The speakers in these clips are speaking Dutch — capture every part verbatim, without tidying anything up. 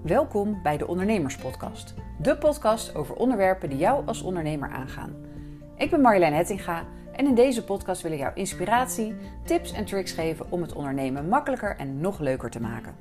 Welkom bij de Ondernemerspodcast. De podcast over onderwerpen die jou als ondernemer aangaan. Ik ben Marjolein Hettinga en in deze podcast wil ik jou inspiratie, tips en tricks geven om het ondernemen makkelijker en nog leuker te maken.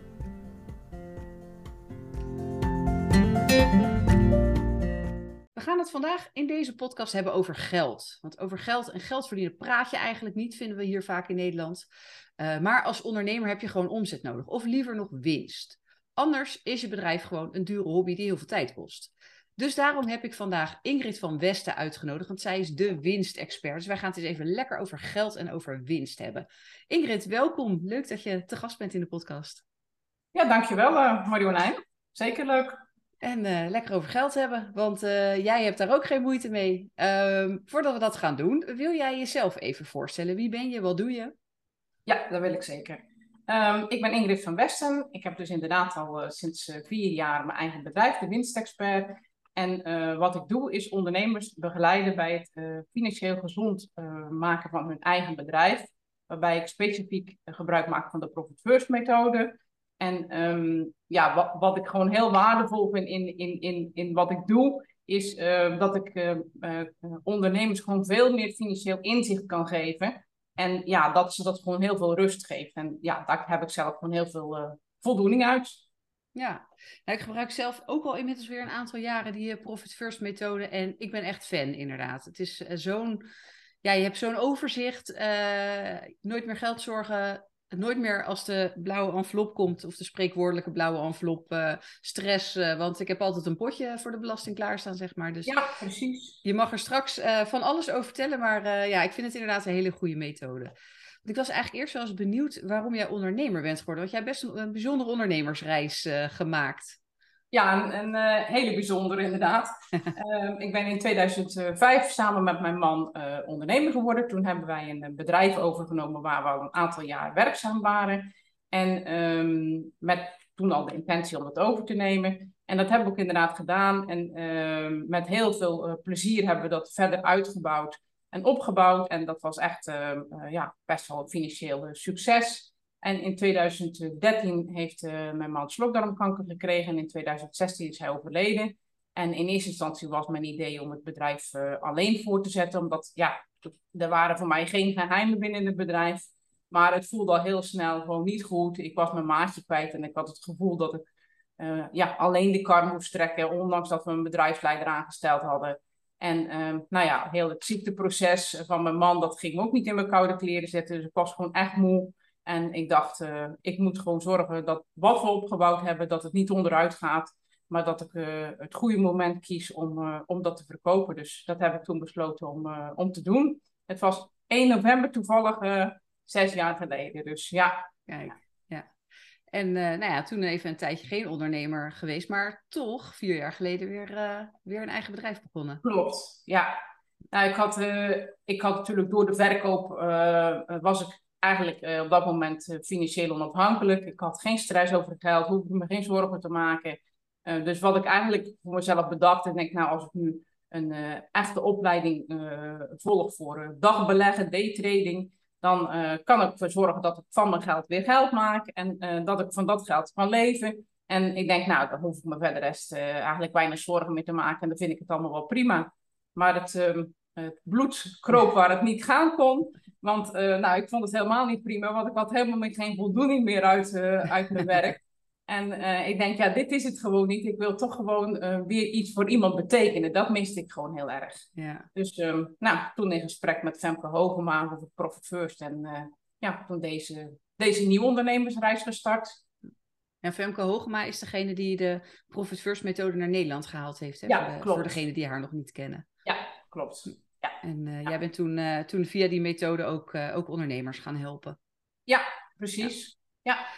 We gaan het vandaag in deze podcast hebben over geld. Want over geld en geld verdienen praat je eigenlijk niet, vinden we hier vaak in Nederland. Uh, maar als ondernemer heb je gewoon omzet nodig, of liever nog winst. Anders is je bedrijf gewoon een dure hobby die heel veel tijd kost. Dus daarom heb ik vandaag Ingrid van Westen uitgenodigd, want zij is de winstexpert. Dus wij gaan het eens even lekker over geld en over winst hebben. Ingrid, welkom. Leuk dat je te gast bent in de podcast. Ja, dankjewel uh, Marjolein. Zeker leuk. En uh, lekker over geld hebben, want uh, jij hebt daar ook geen moeite mee. Uh, voordat we dat gaan doen, wil jij jezelf even voorstellen? Wie ben je? Wat doe je? Ja, dat wil ik zeker. Um, ik ben Ingrid van Westen. Ik heb dus inderdaad al uh, sinds uh, vier jaar mijn eigen bedrijf, de winstexpert. En uh, wat ik doe is ondernemers begeleiden bij het uh, financieel gezond uh, maken van hun eigen bedrijf. Waarbij ik specifiek uh, gebruik maak van de Profit First methode. En um, ja, wat, wat ik gewoon heel waardevol vind in, in, in, in wat ik doe, is uh, dat ik uh, uh, ondernemers gewoon veel meer financieel inzicht kan geven. En ja, dat ze dat gewoon heel veel rust geeft. En ja, daar heb ik zelf gewoon heel veel uh, voldoening uit. Ja, nou, ik gebruik zelf ook al inmiddels weer een aantal jaren die uh, Profit First methode. En ik ben echt fan, inderdaad. Het is uh, zo'n, ja, je hebt zo'n overzicht. Uh, nooit meer geld zorgen. Nooit meer als de blauwe envelop komt, of de spreekwoordelijke blauwe envelop, uh, stress. Uh, want ik heb altijd een potje voor de belasting klaarstaan, zeg maar. Dus ja, precies. Je mag er straks uh, van alles over vertellen, maar uh, ja, ik vind het inderdaad een hele goede methode. Want ik was eigenlijk eerst wel eens benieuwd waarom jij ondernemer bent geworden. Want jij hebt best een, een bijzondere ondernemersreis uh, gemaakt. Ja, een, een uh, hele bijzondere inderdaad. uh, ik ben in tweeduizend vijf samen met mijn man uh, ondernemer geworden. Toen hebben wij een bedrijf overgenomen waar we al een aantal jaar werkzaam waren. En um, met toen al de intentie om het over te nemen. En dat hebben we ook inderdaad gedaan. En uh, met heel veel uh, plezier hebben we dat verder uitgebouwd en opgebouwd. En dat was echt uh, uh, ja, best wel een financieel uh, succes. En in tweeduizend dertien heeft uh, mijn man slokdarmkanker gekregen en in tweeduizend zestien is hij overleden. En in eerste instantie was mijn idee om het bedrijf uh, alleen voor te zetten, omdat ja, er waren voor mij geen geheimen binnen het bedrijf. Maar het voelde al heel snel gewoon niet goed. Ik was mijn maatje kwijt en ik had het gevoel dat ik uh, ja, alleen de kar moest trekken, ondanks dat we een bedrijfsleider aangesteld hadden. En uh, nou ja, heel het ziekteproces van mijn man, dat ging ook niet in mijn koude kleren zetten. Dus ik was gewoon echt moe. En ik dacht, uh, ik moet gewoon zorgen dat wat we opgebouwd hebben, dat het niet onderuit gaat. Maar dat ik uh, het goede moment kies om, uh, om dat te verkopen. Dus dat heb ik toen besloten om, uh, om te doen. Het was één november toevallig, uh, zes jaar geleden. Dus ja. Kijk, ja. En uh, nou ja, toen even een tijdje geen ondernemer geweest. Maar toch vier jaar geleden weer, uh, weer een eigen bedrijf begonnen. Klopt, ja. Nou, ik, had, uh, ik had natuurlijk door de verkoop, uh, was ik eigenlijk uh, op dat moment uh, financieel onafhankelijk. Ik had geen stress over het geld, hoefde me geen zorgen te maken. Uh, dus wat ik eigenlijk voor mezelf bedacht, en denk, nou, als ik nu een uh, echte opleiding uh, volg voor uh, dagbeleggen, daytrading, dan uh, kan ik ervoor zorgen dat ik van mijn geld weer geld maak en uh, dat ik van dat geld kan leven. En ik denk, nou, dan hoef ik me verder rest uh, eigenlijk weinig zorgen meer te maken en dan vind ik het allemaal wel prima. Maar het, uh, het bloed kroop waar het niet gaan kon. Want uh, nou, ik vond het helemaal niet prima, want ik had helemaal geen voldoening meer uit, uh, uit mijn werk. En uh, ik denk, ja, dit is het gewoon niet. Ik wil toch gewoon uh, weer iets voor iemand betekenen. Dat miste ik gewoon heel erg. Ja. Dus um, nou, toen in gesprek met Femke Hogema over Profit First. En uh, ja, toen deze, deze nieuwe ondernemersreis gestart. En Femke Hogema is degene die de Profit First methode naar Nederland gehaald heeft. Hè? Ja, voor, de, klopt. voor degenen die haar nog niet kennen. Ja, klopt. Ja. En uh, ja. jij bent toen, uh, toen via die methode ook, uh, ook ondernemers gaan helpen. Ja, precies. Ja. ja.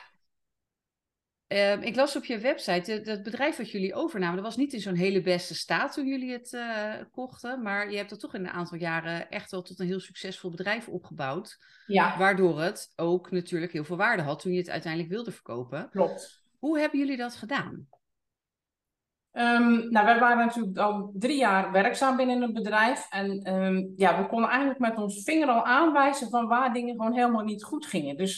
Uh, ik las op je website, het, het bedrijf wat jullie overnamen, dat was niet in zo'n hele beste staat toen jullie het uh, kochten. Maar je hebt dat toch in een aantal jaren echt wel tot een heel succesvol bedrijf opgebouwd. Ja. Waardoor het ook natuurlijk heel veel waarde had toen je het uiteindelijk wilde verkopen. Klopt. Hoe hebben jullie dat gedaan? Um, nou, wij waren natuurlijk al drie jaar werkzaam binnen het bedrijf. En um, ja, we konden eigenlijk met ons vinger al aanwijzen van waar dingen gewoon helemaal niet goed gingen. Dus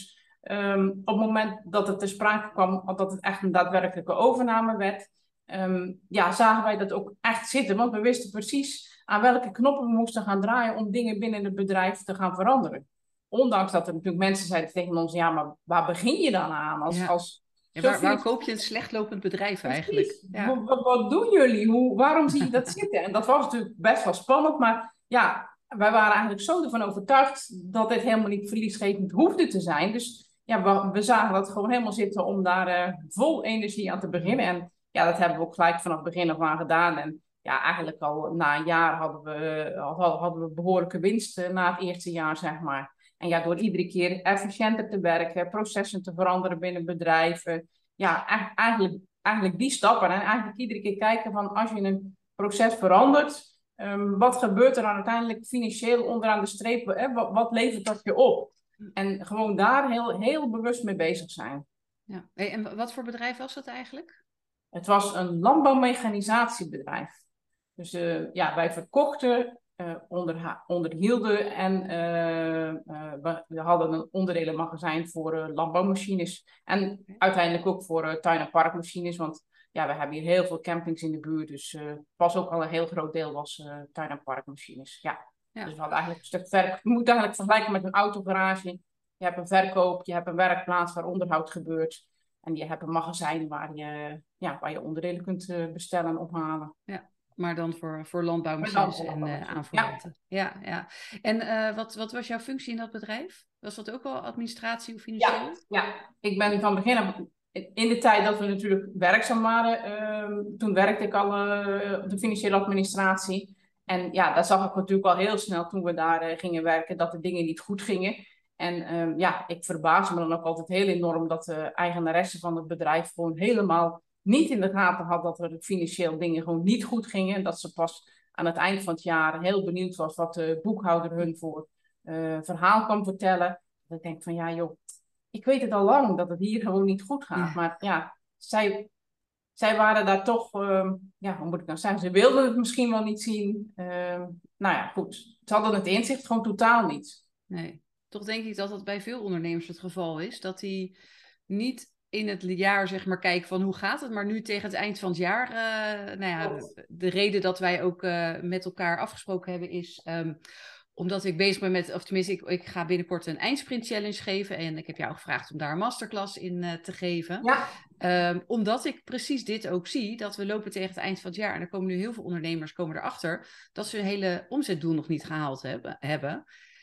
Um, op het moment dat het ter sprake kwam, dat het echt een daadwerkelijke overname werd, um, ja, zagen wij dat ook echt zitten. Want we wisten precies aan welke knoppen we moesten gaan draaien om dingen binnen het bedrijf te gaan veranderen. Ondanks dat er natuurlijk mensen zeiden tegen ons, ja, maar waar begin je dan aan? Als, Ja. als Ja, waar, waar koop je een slecht lopend bedrijf eigenlijk? Ja. Wat, wat doen jullie? Hoe, waarom zie je dat zitten? En dat was natuurlijk best wel spannend, maar ja, wij waren eigenlijk zo ervan overtuigd dat dit helemaal niet verliesgevend hoefde te zijn. Dus ja, we, we zagen dat gewoon helemaal zitten om daar uh, vol energie aan te beginnen. En ja, dat hebben we ook gelijk vanaf het begin af aan gedaan. En ja, eigenlijk al na een jaar hadden we, hadden we behoorlijke winst na het eerste jaar, zeg maar. En ja, door iedere keer efficiënter te werken, processen te veranderen binnen bedrijven. Ja, eigenlijk, eigenlijk die stappen. En eigenlijk iedere keer kijken van als je een proces verandert, um, wat gebeurt er dan uiteindelijk financieel onderaan de streep? Hè? Wat, wat levert dat je op? En gewoon daar heel, heel bewust mee bezig zijn. Ja. Hey, en wat voor bedrijf was dat eigenlijk? Het was een landbouwmechanisatiebedrijf. Dus uh, ja, wij verkochten, uh, onder, onderhielden en uh, uh, we, we hadden een onderdelenmagazijn voor uh, landbouwmachines. En uiteindelijk ook voor uh, tuin- en parkmachines, want ja, we hebben hier heel veel campings in de buurt. Dus uh, was ook al een heel groot deel was uh, tuin- en parkmachines. Ja. Ja. Dus we hadden eigenlijk een stuk verkoop. Je moet eigenlijk vergelijken met een autogarage. Je hebt een verkoop, je hebt een werkplaats waar onderhoud gebeurt. En je hebt een magazijn waar je, ja, waar je onderdelen kunt uh, bestellen en ophalen. Ja, maar dan voor, voor landbouwmachines en uh, aanverwanten. Ja. ja, ja. En uh, wat, wat was jouw functie in dat bedrijf? Was dat ook wel administratie of financieel? Ja, ja. Ik ben van begin af, in de tijd dat we natuurlijk werkzaam waren, uh, toen werkte ik al uh, op de financiële administratie. En ja, daar zag ik natuurlijk al heel snel toen we daar uh, gingen werken, dat de dingen niet goed gingen. En um, ja, ik verbaas me dan ook altijd heel enorm dat de eigenaresse van het bedrijf gewoon helemaal niet in de gaten had dat er financieel dingen gewoon niet goed gingen. En dat ze pas aan het eind van het jaar heel benieuwd was wat de boekhouder hun voor uh, verhaal kwam vertellen. Dat ik denk van ja joh, ik weet het al lang dat het hier gewoon niet goed gaat. Ja. Maar ja, zij, zij waren daar toch, um, ja, hoe moet ik nou zeggen, ze wilden het misschien wel niet zien. Um, nou ja, goed. Ze hadden het inzicht gewoon totaal niet. Nee. Toch denk ik dat dat bij veel ondernemers het geval is. Dat die niet in het jaar zeg maar kijken van hoe gaat het. Maar nu tegen het eind van het jaar. Uh, nou ja, de, de reden dat wij ook uh, met elkaar afgesproken hebben is. Um, omdat ik bezig ben met, of tenminste ik, ik ga binnenkort een eindsprint challenge geven. En ik heb jou gevraagd om daar een masterclass in uh, te geven. Ja. Um, omdat ik precies dit ook zie. Dat we lopen tegen het eind van het jaar. En er komen nu heel veel ondernemers komen erachter. Dat ze hun hele omzetdoel nog niet gehaald hebben. hebben.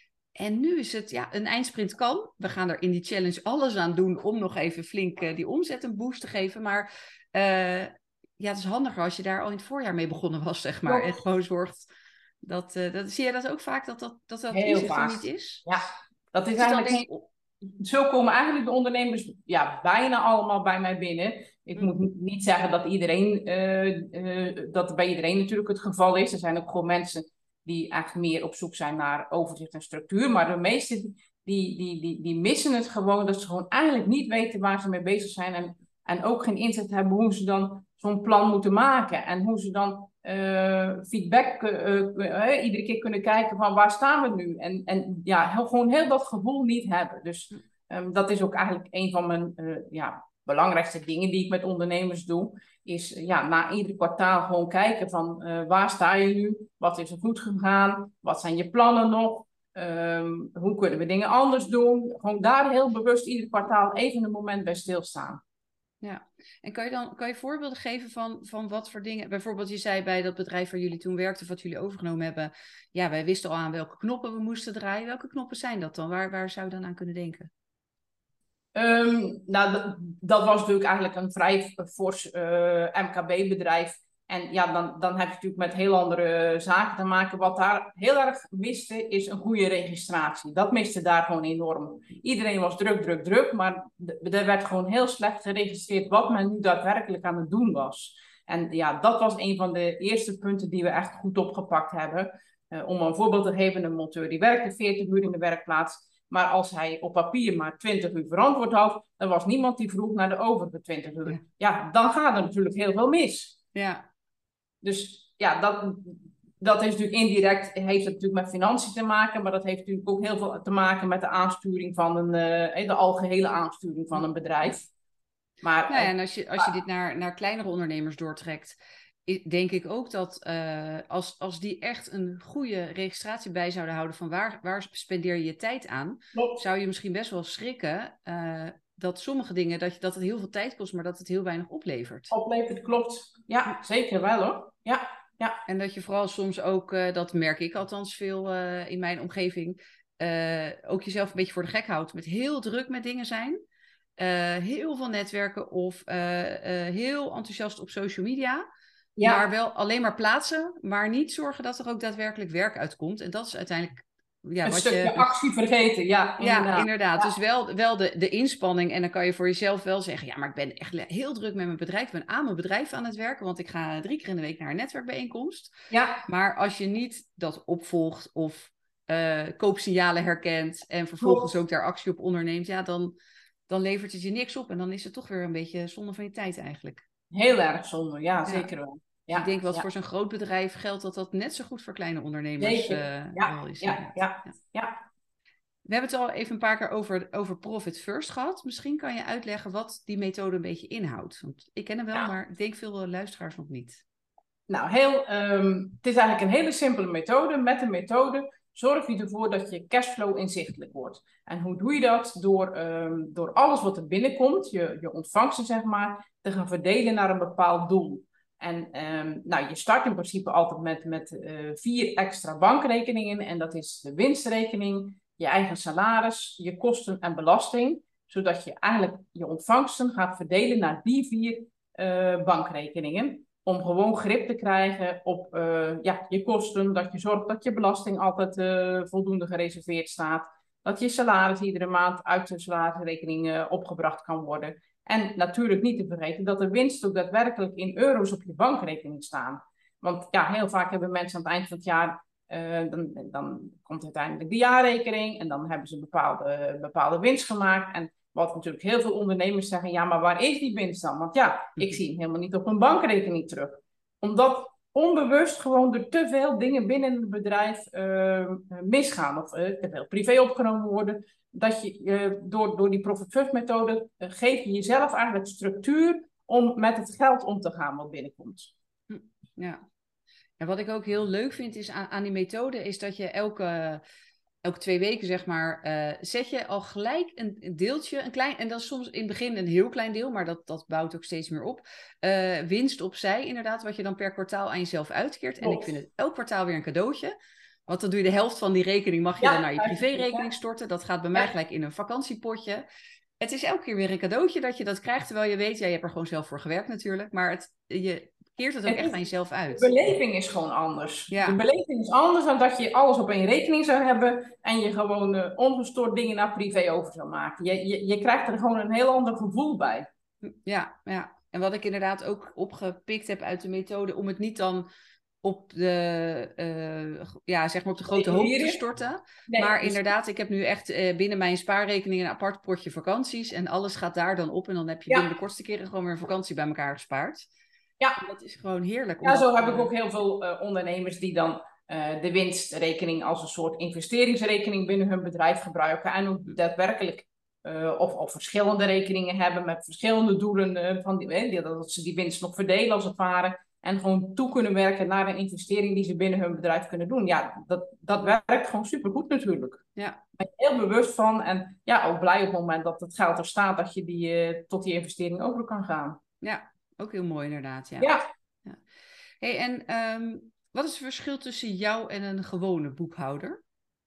En nu is het, ja, een eindsprint kan. We gaan er in die challenge alles aan doen om nog even flink uh, die omzet een boost te geven. Maar uh, ja, het is handiger als je daar al in het voorjaar mee begonnen was, zeg maar. Ja. En gewoon zorgt dat, uh, dat... Zie jij dat ook vaak, dat dat, dat, dat inzicht er niet is? Ja, dat is, is eigenlijk... Dan, zo komen eigenlijk de ondernemers ja, bijna allemaal bij mij binnen. Ik mm. moet niet zeggen dat iedereen, uh, uh, dat het bij iedereen natuurlijk het geval is. Er zijn ook gewoon mensen die eigenlijk meer op zoek zijn naar overzicht en structuur. Maar de meesten die, die, die, die missen het gewoon, dat ze gewoon eigenlijk niet weten waar ze mee bezig zijn. En, en ook geen inzicht hebben hoe ze dan zo'n plan moeten maken. En hoe ze dan uh, feedback uh, uh, iedere keer kunnen kijken van waar staan we nu. En, en ja, heel, gewoon heel dat gevoel niet hebben. Dus um, dat is ook eigenlijk een van mijn uh, ja, belangrijkste dingen die ik met ondernemers doe. Is ja, na ieder kwartaal gewoon kijken van uh, waar sta je nu? Wat is er goed gegaan? Wat zijn je plannen nog? Um, hoe kunnen we dingen anders doen? Gewoon daar heel bewust ieder kwartaal even een moment bij stilstaan. Ja, en kan je dan kan je voorbeelden geven van, van wat voor dingen? Bijvoorbeeld, je zei bij dat bedrijf waar jullie toen werkten, of wat jullie overgenomen hebben. Ja, wij wisten al aan welke knoppen we moesten draaien. Welke knoppen zijn dat dan? Waar, waar zou je dan aan kunnen denken? Um, nou, dat, dat was natuurlijk eigenlijk een vrij fors uh, M K B-bedrijf. En ja, dan, dan heb je natuurlijk met heel andere zaken te maken. Wat daar heel erg miste, is een goede registratie. Dat miste daar gewoon enorm. Iedereen was druk, druk, druk. Maar er werd gewoon heel slecht geregistreerd wat men nu daadwerkelijk aan het doen was. En ja, dat was een van de eerste punten die we echt goed opgepakt hebben. Uh, om een voorbeeld te geven, een monteur die werkte veertig uur in de werkplaats. Maar als hij op papier maar twintig uur verantwoord had, dan was niemand die vroeg naar de overige twintig uur. Ja, ja dan gaat er natuurlijk heel veel mis. Ja. Dus ja, dat, dat is natuurlijk indirect, heeft het natuurlijk met financiën te maken, maar dat heeft natuurlijk ook heel veel te maken met de aansturing van een, uh, de algehele aansturing van een bedrijf. Maar, nou ja, en als je, als je dit naar, naar kleinere ondernemers doortrekt, denk ik ook dat uh, als, als die echt een goede registratie bij zouden houden van waar, waar spendeer je je tijd aan, klopt. Zou je misschien best wel schrikken uh, dat sommige dingen, dat, je, dat het heel veel tijd kost, maar dat het heel weinig oplevert. Oplevert, klopt. Ja, zeker wel hoor. Ja, ja. En dat je vooral soms ook, uh, dat merk ik althans veel uh, in mijn omgeving, uh, ook jezelf een beetje voor de gek houdt met heel druk met dingen zijn. Uh, heel veel netwerken of uh, uh, heel enthousiast op social media. Ja. Maar wel alleen maar plaatsen, maar niet zorgen dat er ook daadwerkelijk werk uitkomt. En dat is uiteindelijk... Ja, een wat stukje je, actie vergeten, ja. Inderdaad. Ja, inderdaad. Ja. Dus wel, wel de, de inspanning. En dan kan je voor jezelf wel zeggen... Ja, maar ik ben echt heel druk met mijn bedrijf. Ik ben aan mijn bedrijf aan het werken. Want ik ga drie keer in de week naar een netwerkbijeenkomst. Ja. Maar als je niet dat opvolgt of uh, koopsignalen herkent... en vervolgens Klopt. Ook daar actie op onderneemt... Ja, dan, dan levert het je niks op. En dan is het toch weer een beetje zonde van je tijd eigenlijk. Heel erg zonde, ja, ja. Zeker wel. Ja, ik denk wel ja. voor zo'n groot bedrijf geldt dat dat net zo goed voor kleine ondernemers uh, ja, wel is. Ja, ja, ja, ja. We hebben het al even een paar keer over, over Profit First gehad. Misschien kan je uitleggen wat die methode een beetje inhoudt. Want ik ken hem wel, ja. maar ik denk veel luisteraars nog niet. Nou, heel, um, het is eigenlijk een hele simpele methode. Met de methode zorg je ervoor dat je cashflow inzichtelijk wordt. En hoe doe je dat? Door, um, door alles wat er binnenkomt, je, je ontvangsten zeg maar, te gaan verdelen naar een bepaald doel. En um, nou, je start in principe altijd met, met uh, vier extra bankrekeningen. En dat is de winstrekening, je eigen salaris, je kosten en belasting. Zodat je eigenlijk je ontvangsten gaat verdelen naar die vier uh, bankrekeningen. Om gewoon grip te krijgen op uh, ja, je kosten. Dat je zorgt dat je belasting altijd uh, voldoende gereserveerd staat. Dat je salaris iedere maand uit de salarisrekening uh, opgebracht kan worden. En natuurlijk niet te vergeten dat de winst ook daadwerkelijk in euro's op je bankrekening staan. Want ja, heel vaak hebben mensen aan het eind van het jaar, uh, dan, dan komt uiteindelijk de jaarrekening en dan hebben ze een bepaalde, bepaalde winst gemaakt. En wat natuurlijk heel veel ondernemers zeggen, ja, maar waar is die winst dan? Want ja, ik zie hem helemaal niet op mijn bankrekening terug. Omdat onbewust gewoon er te veel dingen binnen het bedrijf uh, misgaan of uh, te veel privé opgenomen worden. Dat je uh, door, door die Profit First methode uh, geef je jezelf eigenlijk structuur om met het geld om te gaan wat binnenkomt. Ja. En wat ik ook heel leuk vind is aan, aan die methode is dat je elke, elke twee weken zeg maar uh, zet je al gelijk een, een deeltje, een klein, en dat is soms in het begin een heel klein deel, maar dat, dat bouwt ook steeds meer op. Uh, winst opzij inderdaad, wat je dan per kwartaal aan jezelf uitkeert. En ik vind het elk kwartaal weer een cadeautje. Want dan doe je de helft van die rekening, mag je ja, dan naar je privérekening storten. Dat gaat bij mij ja. gelijk in een vakantiepotje. Het is elke keer weer een cadeautje dat je dat krijgt, terwijl je weet, ja, je hebt er gewoon zelf voor gewerkt natuurlijk. Maar het, je keert het ook het echt is, aan jezelf uit. De beleving is gewoon anders. Ja. De beleving is anders dan dat je alles op één rekening zou hebben en je gewoon uh, ongestoord dingen naar privé over zou maken. Je, je, je krijgt er gewoon een heel ander gevoel bij. Ja, ja. En wat ik inderdaad ook opgepikt heb uit de methode, om het niet dan op de, uh, ja, zeg maar op de grote hoop te storten. Nee, maar dus... inderdaad, ik heb nu echt uh, binnen mijn spaarrekening een apart potje vakanties. En alles gaat daar dan op. En dan heb je ja. binnen de kortste keren gewoon weer een vakantie bij elkaar gespaard. Ja. En dat is gewoon heerlijk. Ja, zo heb ik ook heel veel uh, ondernemers die dan uh, de winstrekening als een soort investeringsrekening binnen hun bedrijf gebruiken. En ook daadwerkelijk uh, of, of verschillende rekeningen hebben met verschillende doelen. Uh, van die, eh, dat ze die winst nog verdelen als het ware. En gewoon toe kunnen werken naar een investering die ze binnen hun bedrijf kunnen doen. Ja, dat, dat werkt gewoon supergoed natuurlijk. Ja. Ben je heel bewust van. En ja, ook blij op het moment dat het geld er staat, dat je die, uh, tot die investering over kan gaan. Ja, ook heel mooi inderdaad. Ja. ja. ja. Hey, en um, wat is het verschil tussen jou en een gewone boekhouder?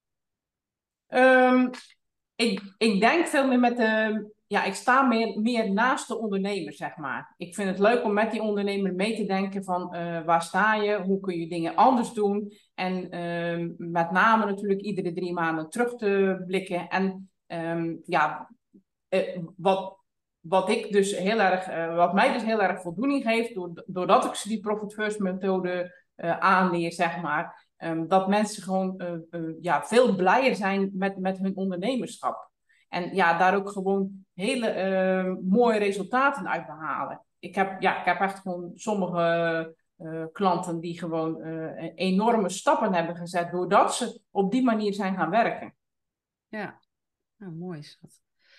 Um, ik, ik denk veel meer met de... Ja, ik sta meer, meer naast de ondernemer, zeg maar. Ik vind het leuk om met die ondernemer mee te denken van uh, waar sta je, hoe kun je dingen anders doen. En uh, met name natuurlijk iedere drie maanden terug te blikken. En um, ja, uh, wat, wat, ik dus heel erg, uh, wat mij dus heel erg voldoening geeft, doordat ik ze die Profit First methode uh, aanleer, zeg maar. Um, dat mensen gewoon uh, uh, ja, veel blijer zijn met, met hun ondernemerschap. En ja, daar ook gewoon hele uh, mooie resultaten uit behalen. Ik heb, ja, ik heb echt gewoon sommige uh, klanten die gewoon uh, enorme stappen hebben gezet doordat ze op die manier zijn gaan werken. Ja, nou, mooi is dat.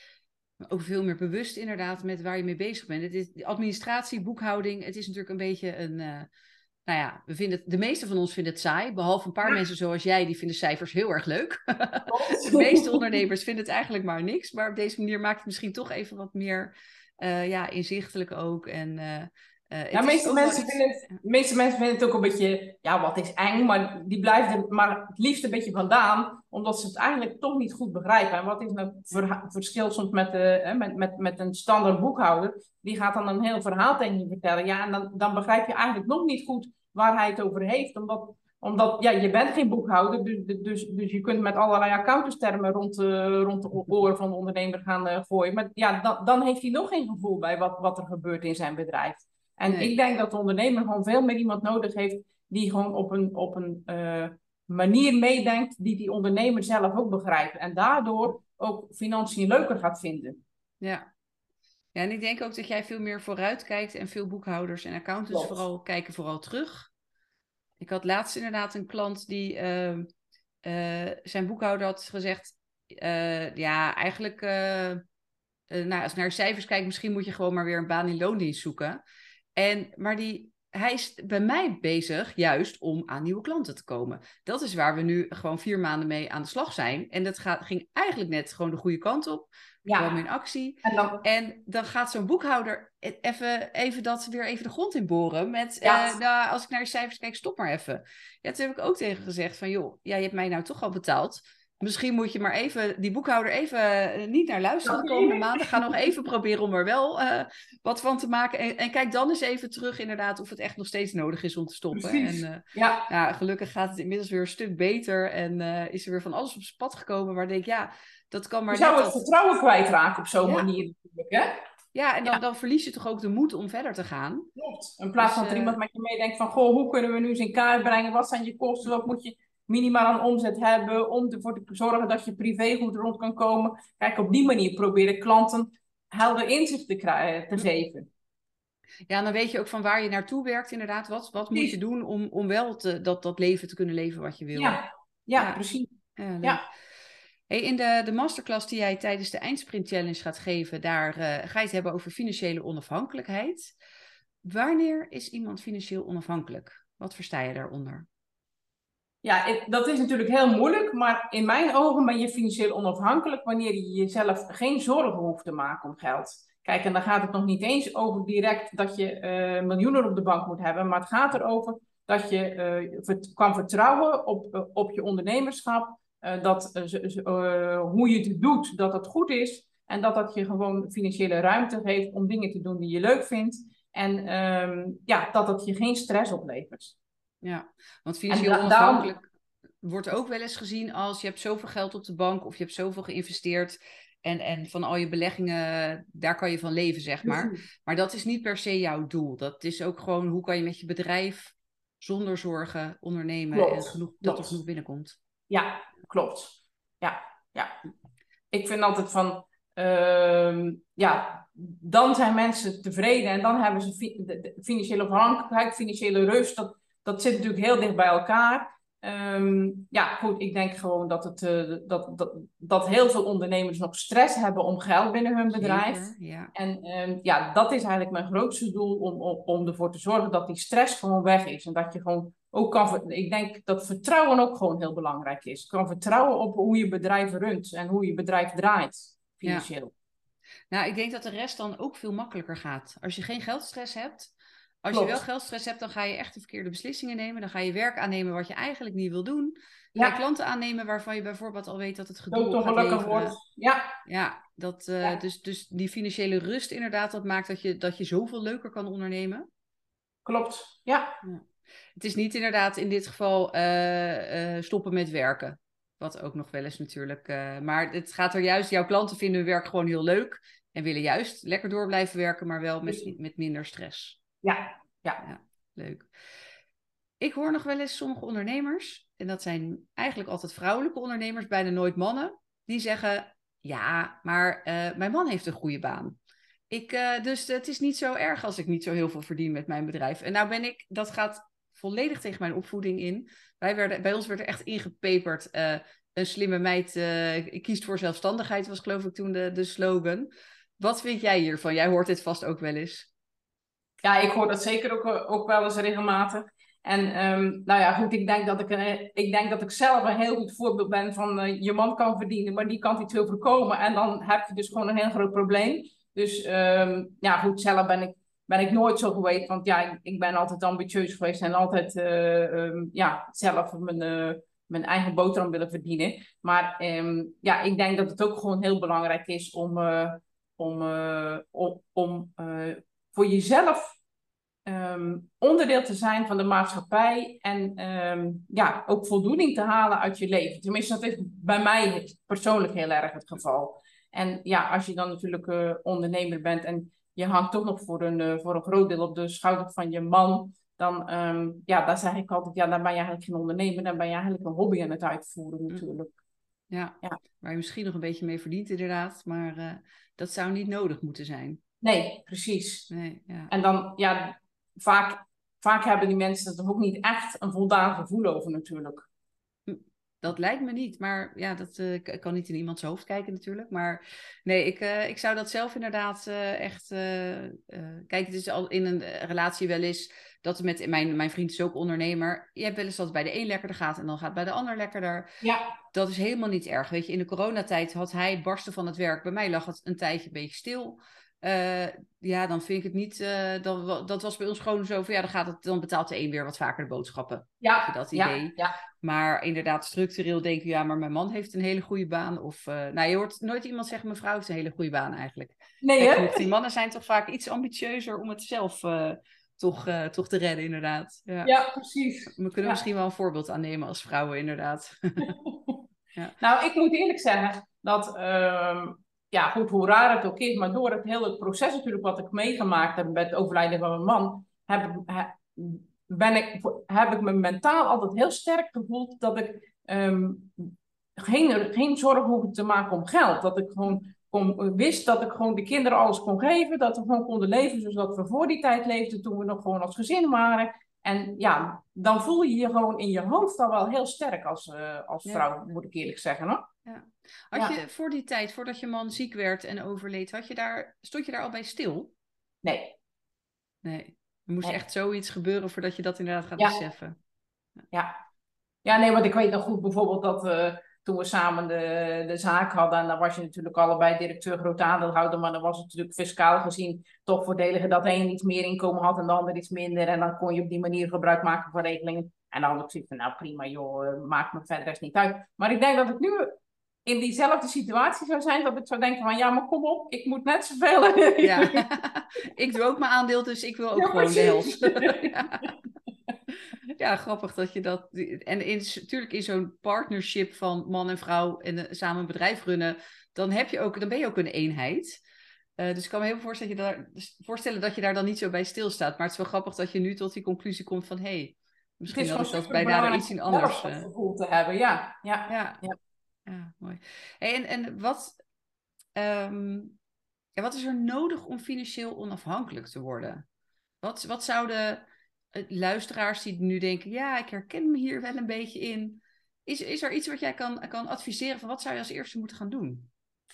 Ook veel meer bewust inderdaad met waar je mee bezig bent. Het is administratie, boekhouding, het is natuurlijk een beetje een... Uh, nou ja, we vinden het, de meeste van ons vinden het saai. Behalve een paar ja. mensen zoals jij, die vinden cijfers heel erg leuk. De meeste ondernemers vinden het eigenlijk maar niks. Maar op deze manier maakt het misschien toch even wat meer uh, ja, inzichtelijk ook. En, uh, uh, ja, meeste mensen iets... vinden het, de meeste mensen vinden het ook een beetje, ja, wat is eng. Maar die blijven er maar het liefst een beetje vandaan. Omdat ze het eigenlijk toch niet goed begrijpen. En wat is nou het verschil soms met, uh, met, met, met een standaard boekhouder? Die gaat dan een heel verhaal tegen je vertellen. Ja, en dan, dan begrijp je eigenlijk nog niet goed waar hij het over heeft. Omdat, omdat ja, je bent geen boekhouder, dus, dus, dus je kunt met allerlei accountantstermen rond, uh, rond de oren van de ondernemer gaan uh, gooien. Maar ja, dan, dan heeft hij nog geen gevoel bij wat, wat er gebeurt in zijn bedrijf. En nee. ik denk dat de ondernemer gewoon veel meer iemand nodig heeft die gewoon op een, op een uh, manier meedenkt die die ondernemer zelf ook begrijpt. En daardoor ook financiën leuker gaat vinden. Ja. Ja, en ik denk ook dat jij veel meer vooruit kijkt en veel boekhouders en accountants Klopt. vooral kijken vooral terug. Ik had laatst inderdaad een klant die uh, uh, zijn boekhouder had gezegd, uh, ja, eigenlijk, uh, uh, nou, als ik naar de cijfers kijk, misschien moet je gewoon maar weer een baan in loondienst zoeken. En, maar die, hij is bij mij bezig juist om aan nieuwe klanten te komen. Dat is waar we nu gewoon vier maanden mee aan de slag zijn. En dat gaat, ging eigenlijk net gewoon de goede kant op. Ja. Kwam in actie. En dan, en dan gaat zo'n boekhouder even, even dat weer even de grond in boren. Met, ja. uh, nou, als ik naar je cijfers kijk, stop maar even. Ja, toen heb ik ook tegen gezegd van, joh, ja, je hebt mij nou toch al betaald. Misschien moet je maar even, die boekhouder even uh, niet naar luisteren de komende maanden. Ga nog even proberen om er wel uh, wat van te maken. En, en kijk dan eens even terug inderdaad of het echt nog steeds nodig is om te stoppen. Precies. En uh, ja. Ja, gelukkig gaat het inmiddels weer een stuk beter. En uh, is er weer van alles op zijn pad gekomen. Waar ik denk, ja, dat kan maar je zou net het dat... vertrouwen kwijtraken op zo'n ja. manier natuurlijk, hè? Ja, en dan, ja. dan verlies je toch ook de moed om verder te gaan. Klopt. In plaats dus, van dat er uh... iemand met je meedenkt van, goh, hoe kunnen we nu eens in kaart brengen? Wat zijn je kosten? Wat moet je minimaal aan omzet hebben om ervoor te zorgen dat je privé goed rond kan komen? Kijk, op die manier proberen klanten helder inzicht te, krijgen, te geven. Ja, en dan weet je ook van waar je naartoe werkt inderdaad. Wat, wat moet je doen om, om wel te, dat, dat leven te kunnen leven wat je wil? Ja, ja, ja. precies. Ja, ja. Hey, in de, de masterclass die jij tijdens de Eindsprint Challenge gaat geven, daar uh, ga je het hebben over financiële onafhankelijkheid. Wanneer is iemand financieel onafhankelijk? Wat versta je daaronder? Ja, dat is natuurlijk heel moeilijk, maar in mijn ogen ben je financieel onafhankelijk wanneer je jezelf geen zorgen hoeft te maken om geld. Kijk, en dan gaat het nog niet eens over direct dat je uh, miljoenen op de bank moet hebben, maar het gaat erover dat je uh, vert- kan vertrouwen op, uh, op je ondernemerschap, uh, dat uh, uh, hoe je het doet, dat het goed is en dat dat je gewoon financiële ruimte geeft om dingen te doen die je leuk vindt en um, ja, dat het je geen stress oplevert. Ja, want financieel da- onafhankelijk daarom... wordt ook wel eens gezien als je hebt zoveel geld op de bank of je hebt zoveel geïnvesteerd en, en van al je beleggingen, daar kan je van leven, zeg maar. Mm-hmm. Maar dat is niet per se jouw doel. Dat is ook gewoon hoe kan je met je bedrijf zonder zorgen ondernemen klopt, en genoeg, dat klopt. er genoeg binnenkomt. Ja, klopt. Ja, ja. Ik vind altijd van, uh, ja, dan zijn mensen tevreden en dan hebben ze fi- de, de financiële afhankelijkheid, financiële rust. Dat, dat zit natuurlijk heel dicht bij elkaar. Um, ja, goed, ik denk gewoon dat, het, uh, dat, dat, dat heel veel ondernemers nog stress hebben om geld binnen hun bedrijf. Zeker, ja. En um, ja, dat is eigenlijk mijn grootste doel, om, om, om ervoor te zorgen dat die stress gewoon weg is. En dat je gewoon ook kan, ik denk dat vertrouwen ook gewoon heel belangrijk is. Je kan vertrouwen op hoe je bedrijf runt en hoe je bedrijf draait, financieel. Ja. Nou, ik denk dat de rest dan ook veel makkelijker gaat. Als je geen geldstress hebt, als Klopt. je wel geldstress hebt, dan ga je echt de verkeerde beslissingen nemen. Dan ga je werk aannemen wat je eigenlijk niet wil doen. Ga je Ja. klanten aannemen waarvan je bijvoorbeeld al weet dat het gedoe toch gaat gelukkig leveren. Wordt. Ja, ja, dat, uh, ja. Dus, dus die financiële rust inderdaad, dat maakt dat je, dat je zoveel leuker kan ondernemen. Klopt, ja. ja. Het is niet inderdaad in dit geval uh, uh, stoppen met werken. Wat ook nog wel eens natuurlijk. Uh, maar het gaat er juist, jouw klanten vinden hun werk gewoon heel leuk. En willen juist lekker door blijven werken, maar wel met, met minder stress. Ja, ja. ja. Leuk. Ik hoor nog wel eens sommige ondernemers, en dat zijn eigenlijk altijd vrouwelijke ondernemers, bijna nooit mannen, die zeggen, ja, maar uh, mijn man heeft een goede baan. Ik, uh, dus het is niet zo erg als ik niet zo heel veel verdien met mijn bedrijf. En nou ben ik, dat gaat volledig tegen mijn opvoeding in. Wij werden, bij ons werd er echt ingepeperd. Uh, een slimme meid uh, kiest voor zelfstandigheid, was geloof ik toen de, de slogan. Wat vind jij hiervan? Jij hoort dit vast ook wel eens. Ja, ik hoor dat zeker ook, ook wel eens regelmatig. En um, nou ja, goed, ik denk, dat ik, een, ik denk dat ik zelf een heel goed voorbeeld ben van uh, je man kan verdienen, maar die kan iets veel voorkomen. En dan heb je dus gewoon een heel groot probleem. Dus um, ja, goed, zelf ben ik, ben ik nooit zo geweest, want ja, ik, ik ben altijd ambitieus geweest en altijd uh, um, ja, zelf mijn, uh, mijn eigen boterham willen verdienen. Maar um, ja, ik denk dat het ook gewoon heel belangrijk is om, uh, om, uh, om, om uh, voor jezelf Um, onderdeel te zijn van de maatschappij en um, ja, ook voldoening te halen uit je leven. Tenminste, dat is bij mij persoonlijk heel erg het geval. En ja, als je dan natuurlijk uh, ondernemer bent en je hangt toch nog voor een, uh, voor een groot deel op de schouder van je man, dan, um, ja, dan zeg ik altijd, ja, dan ben je eigenlijk geen ondernemer, dan ben je eigenlijk een hobby aan het uitvoeren natuurlijk. Ja, ja. Waar je misschien nog een beetje mee verdient inderdaad, maar uh, dat zou niet nodig moeten zijn. Nee, precies. Nee, ja. En dan, ja... Vaak, vaak hebben die mensen er ook niet echt een voldaan gevoel over natuurlijk. Dat lijkt me niet, maar ja, dat uh, kan niet in iemands hoofd kijken natuurlijk. Maar nee, ik, uh, ik zou dat zelf inderdaad uh, echt... Uh, uh, kijk, het is al in een relatie wel eens dat met... Mijn, mijn vriend is ook ondernemer. Je hebt wel eens dat het bij de een lekkerder gaat en dan gaat het bij de ander lekkerder. Ja. Dat is helemaal niet erg. Weet je, in de coronatijd had hij barsten van het werk. Bij mij lag het een tijdje een beetje stil. Uh, ja, dan vind ik het niet... Uh, dan, dat was bij ons gewoon zo van... Ja, dan, gaat het, dan betaalt de een weer wat vaker de boodschappen. Ja, dat idee. Ja, ja. Maar inderdaad structureel denken... Ja, maar mijn man heeft een hele goede baan. Of, uh, nou, je hoort nooit iemand zeggen... Mijn vrouw heeft een hele goede baan eigenlijk. Nee, hè? Genoeg, die mannen zijn toch vaak iets ambitieuzer... om het zelf uh, toch, uh, toch te redden, inderdaad. Ja, ja precies. We kunnen ja. misschien wel een voorbeeld aannemen als vrouwen, inderdaad. ja. Nou, ik moet eerlijk zeggen... dat... Uh... Ja, goed, hoe raar het ook is, maar door het hele proces natuurlijk wat ik meegemaakt heb met het overlijden van mijn man, heb ik, ben ik, heb ik me mentaal altijd heel sterk gevoeld dat ik um, geen, geen zorgen hoefde te maken om geld. Dat ik gewoon kon, wist dat ik gewoon de kinderen alles kon geven, dat we gewoon konden leven zoals we voor die tijd leefden, toen we nog gewoon als gezin waren. En ja, dan voel je je gewoon in je hoofd al wel heel sterk als, uh, als vrouw, ja. Moet ik eerlijk zeggen. Hoor. Ja. Had ja. je voor die tijd, voordat je man ziek werd en overleed, had je daar, stond je daar al bij stil? Nee. Nee. Er moest nee. echt zoiets gebeuren voordat je dat inderdaad gaat ja. beseffen. Ja. ja. Ja, nee, want ik weet nog goed bijvoorbeeld dat uh, toen we samen de, de zaak hadden, en dan was je natuurlijk allebei directeur groot aandeelhouder, maar dan was het natuurlijk fiscaal gezien toch voordeliger dat de een iets meer inkomen had en de ander iets minder. En dan kon je op die manier gebruik maken van regelingen. En dan had ik zoiets van, nou prima joh, maakt me verder rest niet uit. Maar ik denk dat ik nu in diezelfde situatie zou zijn, dat ik zou denken van, ja maar kom op, ik moet net zoveel. Ja, ik doe ook mijn aandeel, dus ik wil ook ja, gewoon precies. de helft. Ja. Ja, grappig dat je dat... En in, natuurlijk in zo'n partnership van man en vrouw en uh, samen een bedrijf runnen, dan, heb je ook, dan ben je ook een eenheid. Uh, dus ik kan me heel voorstellen dat, je daar, voorstellen dat je daar dan niet zo bij stilstaat. Maar het is wel grappig dat je nu tot die conclusie komt van, hé, hey, misschien had ik dat bij daar iets in anders... Het gevoel te hebben, ja. Ja, ja. ja. ja mooi. Hey, en, en wat, um, ja, wat is er nodig om financieel onafhankelijk te worden? Wat, wat zouden... luisteraars die nu denken, ja, ik herken me hier wel een beetje in. Is, is er iets wat jij kan, kan adviseren van wat zou je als eerste moeten gaan doen?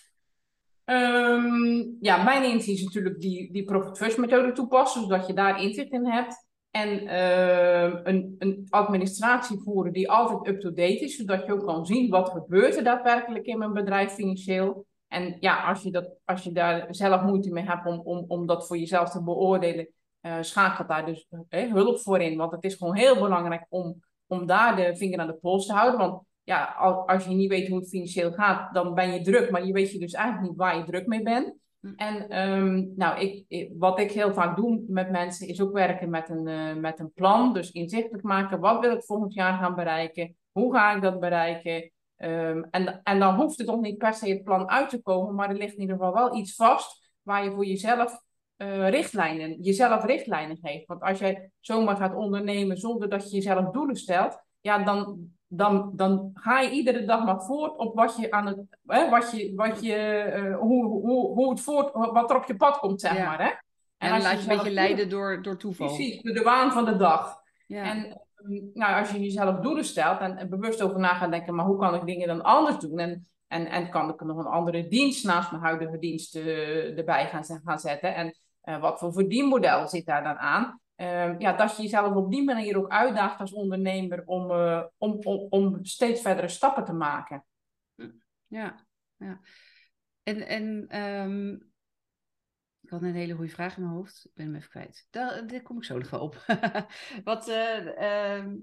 Um, ja, mijn inzicht is natuurlijk die, die Profit First methode toepassen, zodat je daar inzicht in hebt. En uh, een, een administratie voeren die altijd up-to-date is, zodat je ook kan zien wat gebeurt er daadwerkelijk in mijn bedrijf financieel. En ja, als je, dat, als je daar zelf moeite mee hebt om, om, om dat voor jezelf te beoordelen, Uh, schakelt daar dus eh, hulp voor in. Want het is gewoon heel belangrijk om, om daar de vinger aan de pols te houden. Want ja, als je niet weet hoe het financieel gaat, dan ben je druk. Maar je weet je dus eigenlijk niet waar je druk mee bent. Hm. En um, nou, ik, ik, wat ik heel vaak doe met mensen, is ook werken met een, uh, met een plan. Dus inzichtelijk maken, wat wil ik volgend jaar gaan bereiken? Hoe ga ik dat bereiken? Um, en, en dan hoeft het ook niet per se het plan uit te komen. Maar er ligt in ieder geval wel iets vast waar je voor jezelf... Uh, richtlijnen, jezelf richtlijnen geeft. Want als jij zomaar gaat ondernemen zonder dat je jezelf doelen stelt, ja, dan, dan, dan ga je iedere dag maar voort op wat je aan het, hè, wat je, wat je, uh, hoe, hoe, hoe het voort, wat er op je pad komt, zeg Ja. maar. Hè? En, en als dan laat je een beetje leiden doelen, door, door toeval. precies, de, de waan van de dag. Ja. En nou, als je jezelf doelen stelt en, en bewust over na gaat denken, maar hoe kan ik dingen dan anders doen? En, en, en kan ik nog een andere dienst naast mijn huidige dienst uh, erbij gaan, gaan zetten? En uh, wat voor verdienmodel zit daar dan aan? Uh, ja, dat je jezelf op die manier ook uitdaagt als ondernemer om, uh, om, om, om steeds verdere stappen te maken. Ja, ja. En, en um, ik had een hele goede vraag in mijn hoofd. Ik ben hem even kwijt. Daar, daar kom ik zo nog wel op. Wat, uh, uh,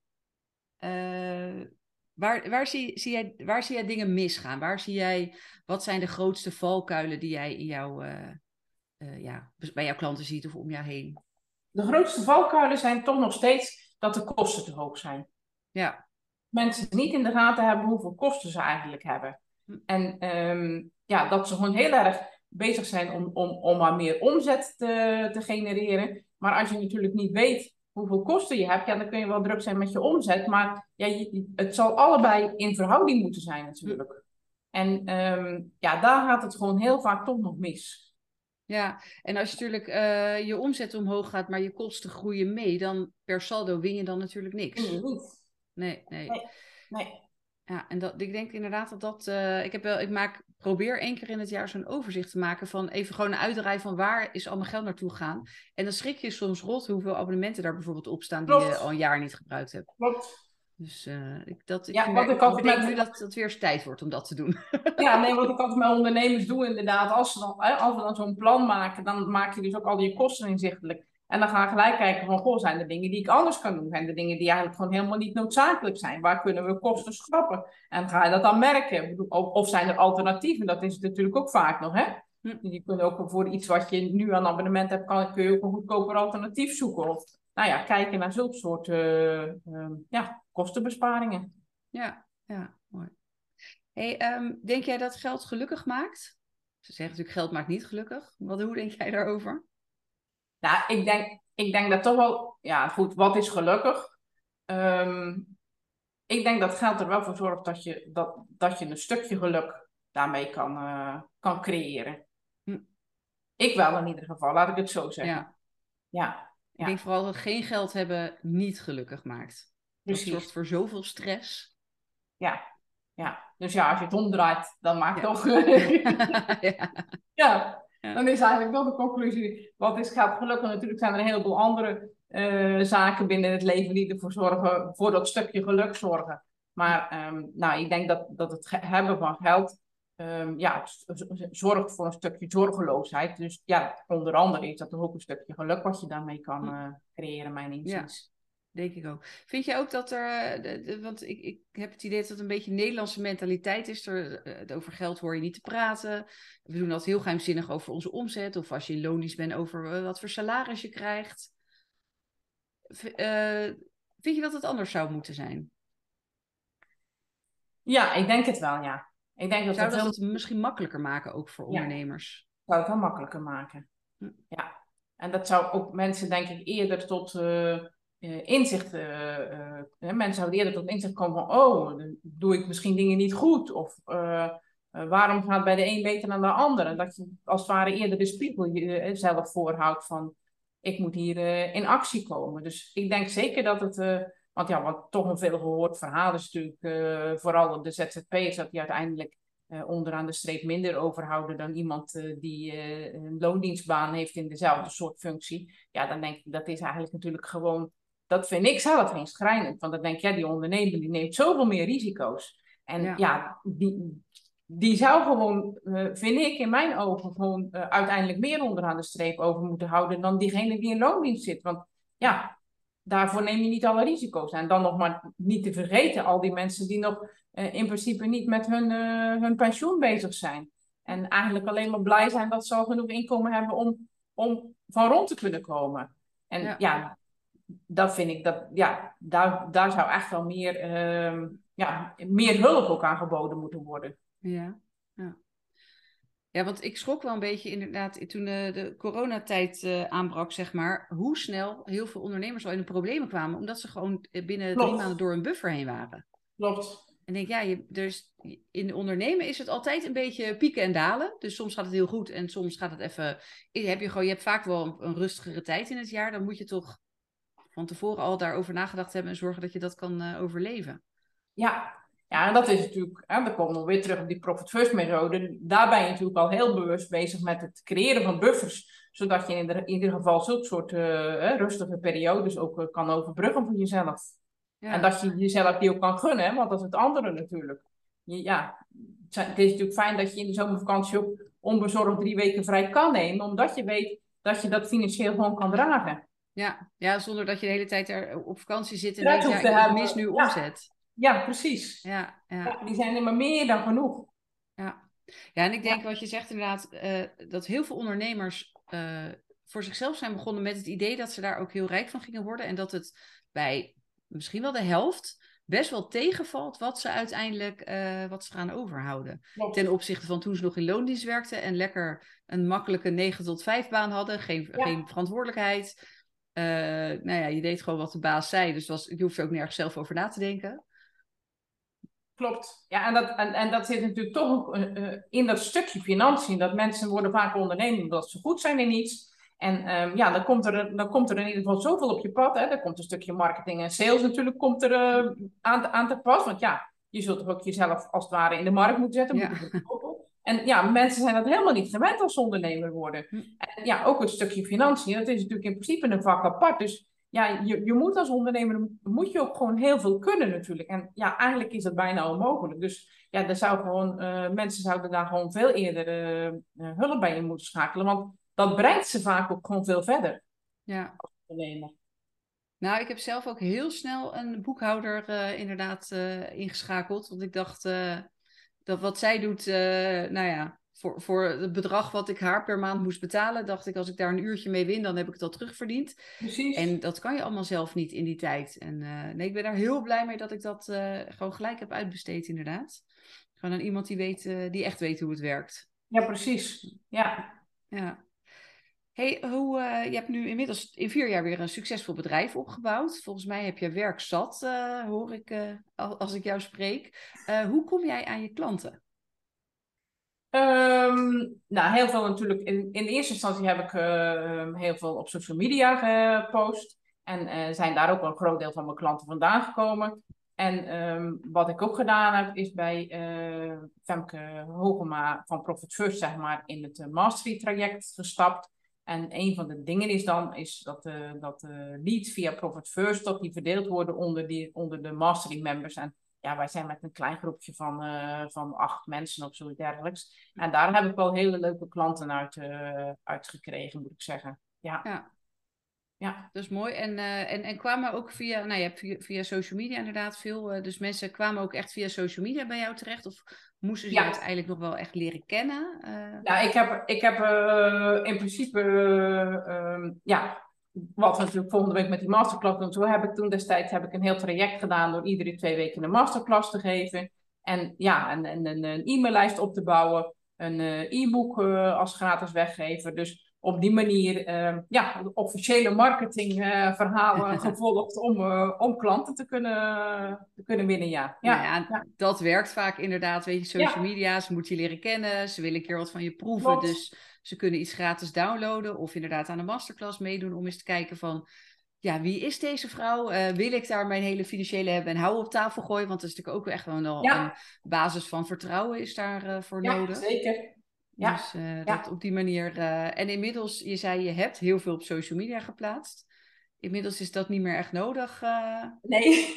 uh, waar, waar, zie, zie jij, waar zie jij dingen misgaan? Waar zie jij, wat zijn de grootste valkuilen die jij in jouw, uh, uh, ja, bij jouw klanten ziet of om jou heen? De grootste valkuilen zijn toch nog steeds dat de kosten te hoog zijn. Ja. Mensen niet in de gaten hebben hoeveel kosten ze eigenlijk hebben. En um, ja, dat ze gewoon heel erg bezig zijn om, om, om maar meer omzet te, te genereren. Maar als je natuurlijk niet weet hoeveel kosten je hebt, ja, dan kun je wel druk zijn met je omzet. Maar ja, je, het zal allebei in verhouding moeten zijn natuurlijk. En um, ja, daar gaat het gewoon heel vaak toch nog mis. Ja, en als je natuurlijk uh, je omzet omhoog gaat, maar je kosten groeien mee, dan per saldo win je dan natuurlijk niks. Win je niet. Nee, nee. Nee, nee. Ja, en dat, ik denk inderdaad dat dat... Uh, ik, heb wel, ik maak, probeer één keer in het jaar zo'n overzicht te maken van even gewoon een uitdraai van waar is al mijn geld naartoe gaan. En dan schrik je soms rot hoeveel abonnementen daar bijvoorbeeld op staan die Klopt. je al een jaar niet gebruikt hebt. Klopt. Dus uh, ik, dat, ik, ja, vind, wat ik, ik denk met... nu dat het weer eens tijd wordt om dat te doen. Ja, nee, wat ik altijd met ondernemers doe inderdaad, als, ze dan, als we dan zo'n plan maken, dan maak je dus ook al die kosten inzichtelijk. En dan ga je gelijk kijken van, goh, zijn er dingen die ik anders kan doen? Zijn er dingen die eigenlijk gewoon helemaal niet noodzakelijk zijn? Waar kunnen we kosten schrappen? En ga je dat dan merken? Of, of zijn er alternatieven? Dat is het natuurlijk ook vaak nog, hè? Hm. Je kunt ook voor iets wat je nu aan abonnement hebt, kan, kun je ook een goedkoper alternatief zoeken. Of, nou ja, kijken naar zulke soort uh, uh, ja, kostenbesparingen. Ja, ja, mooi. Hey, um, denk jij dat geld gelukkig maakt? Ze zeggen natuurlijk geld maakt niet gelukkig. Wat, hoe denk jij daarover? Nou, ik denk, ik denk dat toch wel... Ja, goed, wat is gelukkig? Um, ik denk dat geld er wel voor zorgt dat je, dat, dat je een stukje geluk daarmee kan, uh, kan creëren. Hm. Ik wel in ieder geval, laat ik het zo zeggen. Ja. Ja, ik ja. denk vooral dat geen geld hebben niet gelukkig maakt. Precies. Dat zorgt voor zoveel stress. Ja, ja. Dus ja, als je het omdraait, dan maakt ja. toch... ja. ja. Ja. Dan is eigenlijk wel de conclusie, wat is geld gelukkig? Natuurlijk zijn er een heleboel andere uh, zaken binnen het leven die ervoor zorgen, voor dat stukje geluk zorgen. Maar um, nou, ik denk dat, dat het hebben van geld, um, ja, zorgt voor een stukje zorgeloosheid. Dus ja, onder andere is dat ook een stukje geluk wat je daarmee kan uh, creëren, mijn inziens. Ja. Denk ik ook. Vind jij ook dat er, de, de, want ik, ik heb het idee dat het een beetje een Nederlandse mentaliteit is. Er, uh, over geld hoor je niet te praten. We doen dat heel geheimzinnig over onze omzet. Of als je in loondienst bent over uh, wat voor salaris je krijgt. V, uh, vind je dat het anders zou moeten zijn? Ja, ik denk het wel, ja. Ik denk dat zou dat dat heel... het misschien makkelijker maken ook voor ondernemers? Ja, zou het wel makkelijker maken. Hm. Ja. En dat zou ook mensen denk ik eerder tot... Uh, Uh, inzicht, uh, uh, mensen zouden eerder tot inzicht komen van, oh, dan doe ik misschien dingen niet goed. Of uh, uh, waarom gaat bij de een beter dan de ander? En dat je als het ware eerder de spiegel jezelf voorhoudt van, ik moet hier uh, in actie komen. Dus ik denk zeker dat het, uh, want ja, wat toch een veel gehoord verhaal is natuurlijk, uh, vooral de Z Z P'ers, dat die uiteindelijk uh, onderaan de streep minder overhouden dan iemand uh, die uh, een loondienstbaan heeft in dezelfde soort functie. Ja, dan denk ik, dat is eigenlijk natuurlijk gewoon... Dat vind ik zelf geen schrijnend. Want dan denk je, ja, die ondernemer die neemt zoveel meer risico's. En ja, ja die, die zou gewoon, uh, vind ik in mijn ogen, gewoon uh, uiteindelijk meer onderaan de streep over moeten houden dan diegene die in loondienst zit. Want ja, daarvoor neem je niet alle risico's. En dan nog maar niet te vergeten, al die mensen die nog uh, in principe niet met hun, uh, hun pensioen bezig zijn. En eigenlijk alleen maar blij zijn dat ze al genoeg inkomen hebben om, om van rond te kunnen komen. En ja, ja dat vind ik, dat, ja, daar, daar zou echt wel meer, uh, ja, meer hulp ook aan geboden moeten worden. Ja, ja. Ja, want ik schrok wel een beetje inderdaad toen de, de coronatijd uh, aanbrak, zeg maar, hoe snel heel veel ondernemers al in de problemen kwamen, omdat ze gewoon binnen Klopt. drie maanden door een buffer heen waren. Klopt. En denk, ja, je, dus in de ondernemen is het altijd een beetje pieken en dalen. Dus soms gaat het heel goed en soms gaat het even... Heb je, gewoon, je hebt vaak wel een, een rustigere tijd in het jaar. Dan moet je toch van tevoren al daarover nagedacht hebben en zorgen dat je dat kan uh, overleven. Ja. Ja, en dat is natuurlijk, hè, dan komen we weer terug op die Profit First methode. Daar ben je natuurlijk al heel bewust bezig met het creëren van buffers. Zodat je in ieder, in ieder geval zulke soort uh, rustige periodes ook uh, kan overbruggen voor jezelf. Ja. En dat je jezelf die ook kan gunnen, hè, want dat is het andere natuurlijk. Je, ja, het is natuurlijk fijn dat je in de zomervakantie ook onbezorgd drie weken vrij kan nemen. Omdat je weet dat je dat financieel gewoon kan dragen. Ja, ja, zonder dat je de hele tijd er op vakantie zit en denkt, ja, ik hebben. mis nu omzet. Ja. Ja, precies. Ja, ja. Ja, die zijn er maar meer dan genoeg. Ja, ja en ik denk ja. wat je zegt inderdaad, uh, dat heel veel ondernemers uh, voor zichzelf zijn begonnen met het idee dat ze daar ook heel rijk van gingen worden. En dat het bij misschien wel de helft best wel tegenvalt wat ze uiteindelijk uh, wat ze gaan overhouden. Klopt. Ten opzichte van toen ze nog in loondienst werkten en lekker een makkelijke negen tot vijf baan hadden, geen, ja. geen verantwoordelijkheid. Uh, nou ja, je deed gewoon wat de baas zei, dus was, je hoeft er ook nergens zelf over na te denken. Klopt. Ja, en dat, en, en dat zit natuurlijk toch ook uh, in dat stukje financiën. Dat mensen worden vaak ondernemen omdat ze goed zijn in iets. En um, ja, dan komt, er, dan komt er in ieder geval zoveel op je pad. Hè. Dan komt een stukje marketing en sales natuurlijk komt er uh, aan, aan te pas. Want ja, je zult toch ook jezelf als het ware in de markt moeten zetten. Ja. Moeten en ja, mensen zijn dat helemaal niet gewend als ondernemer worden. En ja, ook het stukje financiën. Dat is natuurlijk in principe een vak apart. Dus ja, je, je moet als ondernemer, moet je ook gewoon heel veel kunnen natuurlijk. En ja, eigenlijk is dat bijna onmogelijk. Dus ja, er zou gewoon, uh, mensen zouden daar gewoon veel eerder uh, uh, hulp bij in moeten schakelen. Want dat brengt ze vaak ook gewoon veel verder. Ja. Als ondernemer. Nou, ik heb zelf ook heel snel een boekhouder uh, inderdaad uh, ingeschakeld. Want ik dacht, uh, dat wat zij doet, uh, nou ja... Voor, voor het bedrag wat ik haar per maand moest betalen, dacht ik, als ik daar een uurtje mee win, dan heb ik het al terugverdiend. Precies. En dat kan je allemaal zelf niet in die tijd. En uh, nee, ik ben daar heel blij mee dat ik dat uh, gewoon gelijk heb uitbesteed, inderdaad. Gewoon aan iemand die, weet, uh, die echt weet hoe het werkt. Ja, precies. Ja. Ja. Hey, hoe, uh, je hebt nu inmiddels in vier jaar weer een succesvol bedrijf opgebouwd. Volgens mij heb je werk zat, uh, hoor ik uh, als ik jou spreek. Uh, hoe kom jij aan je klanten? Um, nou, heel veel natuurlijk. In, in de eerste instantie heb ik uh, heel veel op social media gepost. En uh, zijn daar ook wel een groot deel van mijn klanten vandaan gekomen. En um, wat ik ook gedaan heb, is bij uh, Femke Hogema van Profit First, zeg maar, in het uh, Mastery traject gestapt. En een van de dingen is dan, is dat, uh, dat uh, leads via Profit First, dat die verdeeld worden onder, die, onder de Mastery members. En ja, wij zijn met een klein groepje van, uh, van acht mensen of zoiets dergelijks. En daar heb ik wel hele leuke klanten uit, uh, uit gekregen, moet ik zeggen. Ja. Ja. Ja. Dat is mooi. En, uh, en, en kwamen ook via, nou je hebt via, via social media inderdaad veel, uh, dus mensen kwamen ook echt via social media bij jou terecht? Of moesten ze ja. je uiteindelijk nog wel echt leren kennen? Uh... Ja, ik heb, ik heb uh, in principe, uh, um, ja, wat we natuurlijk volgende week met die masterclass doen. Zo heb ik toen destijds heb ik een heel traject gedaan door iedere twee weken een masterclass te geven. En ja, een, een, een e-maillijst op te bouwen, een uh, e-book uh, als gratis weggever. Dus op die manier uh, ja, officiële marketingverhalen uh, gevolgd om, uh, om klanten te kunnen, te kunnen winnen. Ja. Ja, nou ja, ja, dat werkt vaak inderdaad. Weet je, social ja. media, ze moeten je leren kennen. Ze willen een keer wat van je proeven. Klopt. Dus ze kunnen iets gratis downloaden of inderdaad aan een masterclass meedoen om eens te kijken van... Ja, wie is deze vrouw? Uh, wil ik daar mijn hele financiële hebben en houden op tafel gooien? Want dat is natuurlijk ook echt wel ja. een basis van vertrouwen is daarvoor uh, ja, nodig. Zeker. Ja. Dus uh, ja. dat op die manier... Uh, en inmiddels, je zei je hebt heel veel op social media geplaatst. Inmiddels is dat niet meer echt nodig. Uh... Nee,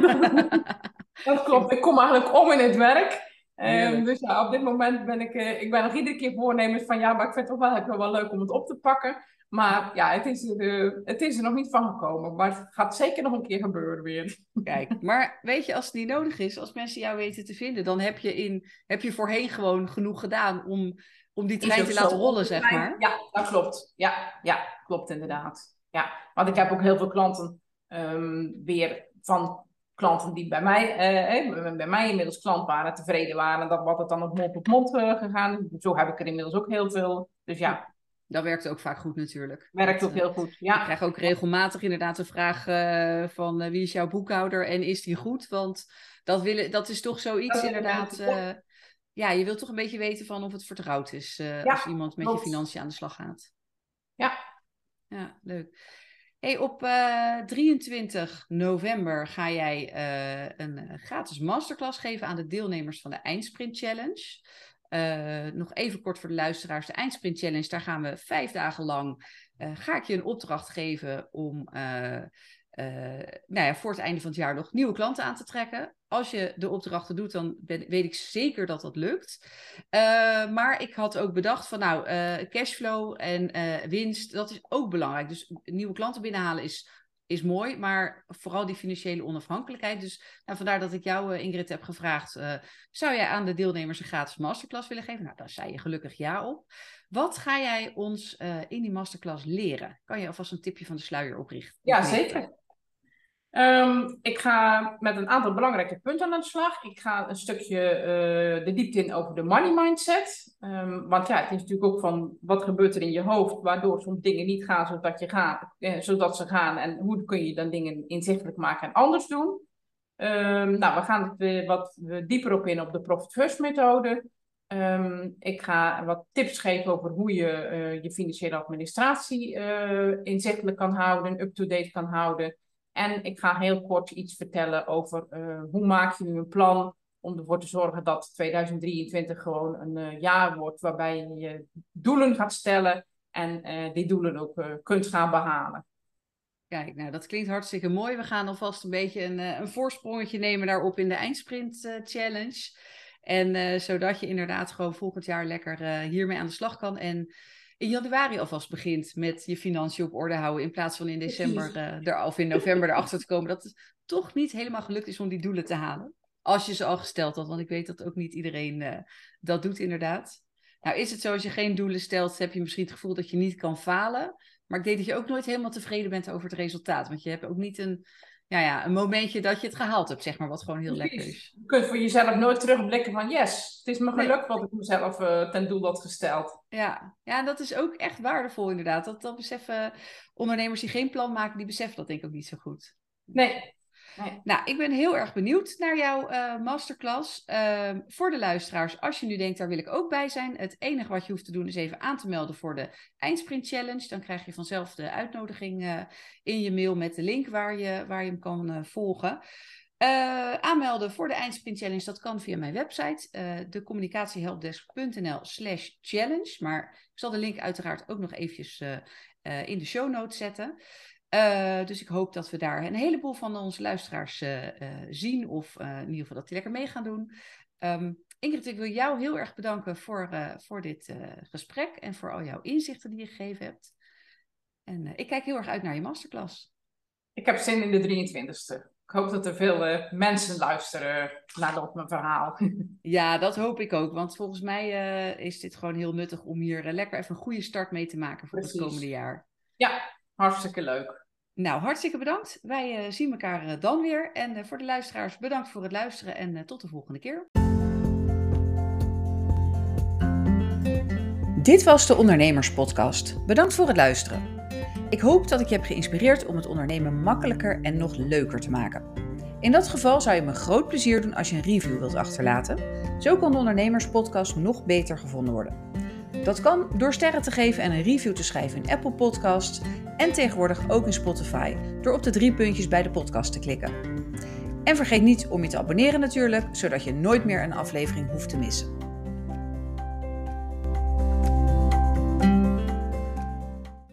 dat klopt. Ik kom eigenlijk om in het werk. Um, dus ja, op dit moment ben ik... Uh, ik ben nog iedere keer voornemens van... Ja, maar ik vind het toch wel, wel, wel leuk om het op te pakken. Maar ja, het is, er, het is er nog niet van gekomen. Maar het gaat zeker nog een keer gebeuren weer. Kijk, maar weet je, als het niet nodig is, als mensen jou weten te vinden, dan heb je, in, heb je voorheen gewoon genoeg gedaan om, om die trein te laten rollen, zeg maar. Ja, dat klopt. Ja, ja, klopt inderdaad. Ja, want ik heb ook heel veel klanten um, weer van klanten die bij mij, uh, bij mij inmiddels klant waren, tevreden waren. Dat wat het dan op mond op mond uh, gegaan. Zo heb ik er inmiddels ook heel veel. Dus ja. Dat werkt ook vaak goed natuurlijk. Werkt dat, ook heel goed, ja. Ik krijg ook regelmatig inderdaad de vraag uh, van uh, wie is jouw boekhouder en is die goed? Want dat, willen, dat is toch zoiets dat inderdaad... Uh, ja, je wilt toch een beetje weten van of het vertrouwd is uh, ja, als iemand met klopt. je financiën aan de slag gaat. Ja. Ja, leuk. Hey, op uh, drieëntwintig november ga jij uh, een gratis masterclass geven aan de deelnemers van de Eindsprint Challenge. Uh, nog even kort voor de luisteraars. De Eindsprint Challenge, daar gaan we vijf dagen lang... Uh, ga ik je een opdracht geven om uh, uh, nou ja, voor het einde van het jaar nog nieuwe klanten aan te trekken. Als je de opdrachten doet, dan ben, weet ik zeker dat dat lukt. Uh, maar ik had ook bedacht van nou, uh, cashflow en uh, winst, dat is ook belangrijk. Dus nieuwe klanten binnenhalen is, is mooi, maar vooral die financiële onafhankelijkheid. Dus nou, vandaar dat ik jou, uh, Ingrid, heb gevraagd, uh, zou jij aan de deelnemers een gratis masterclass willen geven? Nou, daar zei je gelukkig ja op. Wat ga jij ons uh, in die masterclass leren? Kan je alvast een tipje van de sluier oprichten? Ja, zeker. Um, ik ga met een aantal belangrijke punten aan de slag. Ik ga een stukje uh, de diepte in over de money mindset. Um, want ja, het is natuurlijk ook van wat gebeurt er in je hoofd, waardoor soms dingen niet gaan zodat, je gaat, eh, zodat ze gaan. En hoe kun je dan dingen inzichtelijk maken en anders doen. Um, nou, we gaan het weer wat dieper op in op de Profit First methode. Um, ik ga wat tips geven over hoe je uh, je financiële administratie uh, inzichtelijk kan houden, up-to-date kan houden. En ik ga heel kort iets vertellen over uh, hoe maak je nu een plan om ervoor te zorgen dat tweeduizend drieëntwintig gewoon een uh, jaar wordt waarbij je je doelen gaat stellen en uh, die doelen ook uh, kunt gaan behalen. Kijk, nou dat klinkt hartstikke mooi. We gaan alvast een beetje een, een voorsprongetje nemen daarop in de Eindsprint uh, Challenge. En uh, zodat je inderdaad gewoon volgend jaar lekker uh, hiermee aan de slag kan en in januari alvast begint met je financiën op orde houden in plaats van in december uh, er, of in november erachter te komen dat het toch niet helemaal gelukt is om die doelen te halen. Als je ze al gesteld had, want ik weet dat ook niet iedereen uh, dat doet inderdaad. Nou is het zo, als je geen doelen stelt, heb je misschien het gevoel dat je niet kan falen. Maar ik denk dat je ook nooit helemaal tevreden bent over het resultaat. Want je hebt ook niet een, ja, ja, een momentje dat je het gehaald hebt, zeg maar, wat gewoon heel Precies. lekker is. Je kunt voor jezelf nooit terugblikken van yes, het is me gelukt nee. wat ik mezelf uh, ten doel had gesteld. Ja, ja, dat is ook echt waardevol inderdaad. Dat, dat beseffen ondernemers die geen plan maken, die beseffen dat denk ik ook niet zo goed. Nee. Nee. Nou, ik ben heel erg benieuwd naar jouw uh, masterclass. Uh, voor de luisteraars, als je nu denkt, daar wil ik ook bij zijn. Het enige wat je hoeft te doen is even aan te melden voor de Eindsprint Challenge. Dan krijg je vanzelf de uitnodiging uh, in je mail met de link waar je, waar je hem kan uh, volgen. Uh, aanmelden voor de Eindsprint Challenge, dat kan via mijn website. Uh, de communicatiehelpdesk.nl slash challenge. Maar ik zal de link uiteraard ook nog eventjes uh, uh, in de show notes zetten. Uh, dus ik hoop dat we daar een heleboel van onze luisteraars uh, uh, zien. Of uh, in ieder geval dat die lekker mee gaan doen. Um, Ingrid, ik wil jou heel erg bedanken voor, uh, voor dit uh, gesprek. En voor al jouw inzichten die je gegeven hebt. En uh, ik kijk heel erg uit naar je masterclass. Ik heb zin in de drieëntwintigste. Ik hoop dat er veel uh, mensen luisteren naar dat mijn verhaal. Ja, dat hoop ik ook. Want volgens mij uh, is dit gewoon heel nuttig om hier uh, lekker even een goede start mee te maken voor Precies. Het komende jaar. Ja, hartstikke leuk. Nou, hartstikke bedankt. Wij uh, zien elkaar uh, dan weer. En uh, voor de luisteraars, bedankt voor het luisteren en uh, tot de volgende keer. Dit was de Ondernemerspodcast. Bedankt voor het luisteren. Ik hoop dat ik je heb geïnspireerd om het ondernemen makkelijker en nog leuker te maken. In dat geval zou je me groot plezier doen als je een review wilt achterlaten. Zo kan de Ondernemerspodcast nog beter gevonden worden. Dat kan door sterren te geven en een review te schrijven in Apple Podcasts en tegenwoordig ook in Spotify door op de drie puntjes bij de podcast te klikken. En vergeet niet om je te abonneren natuurlijk, zodat je nooit meer een aflevering hoeft te missen.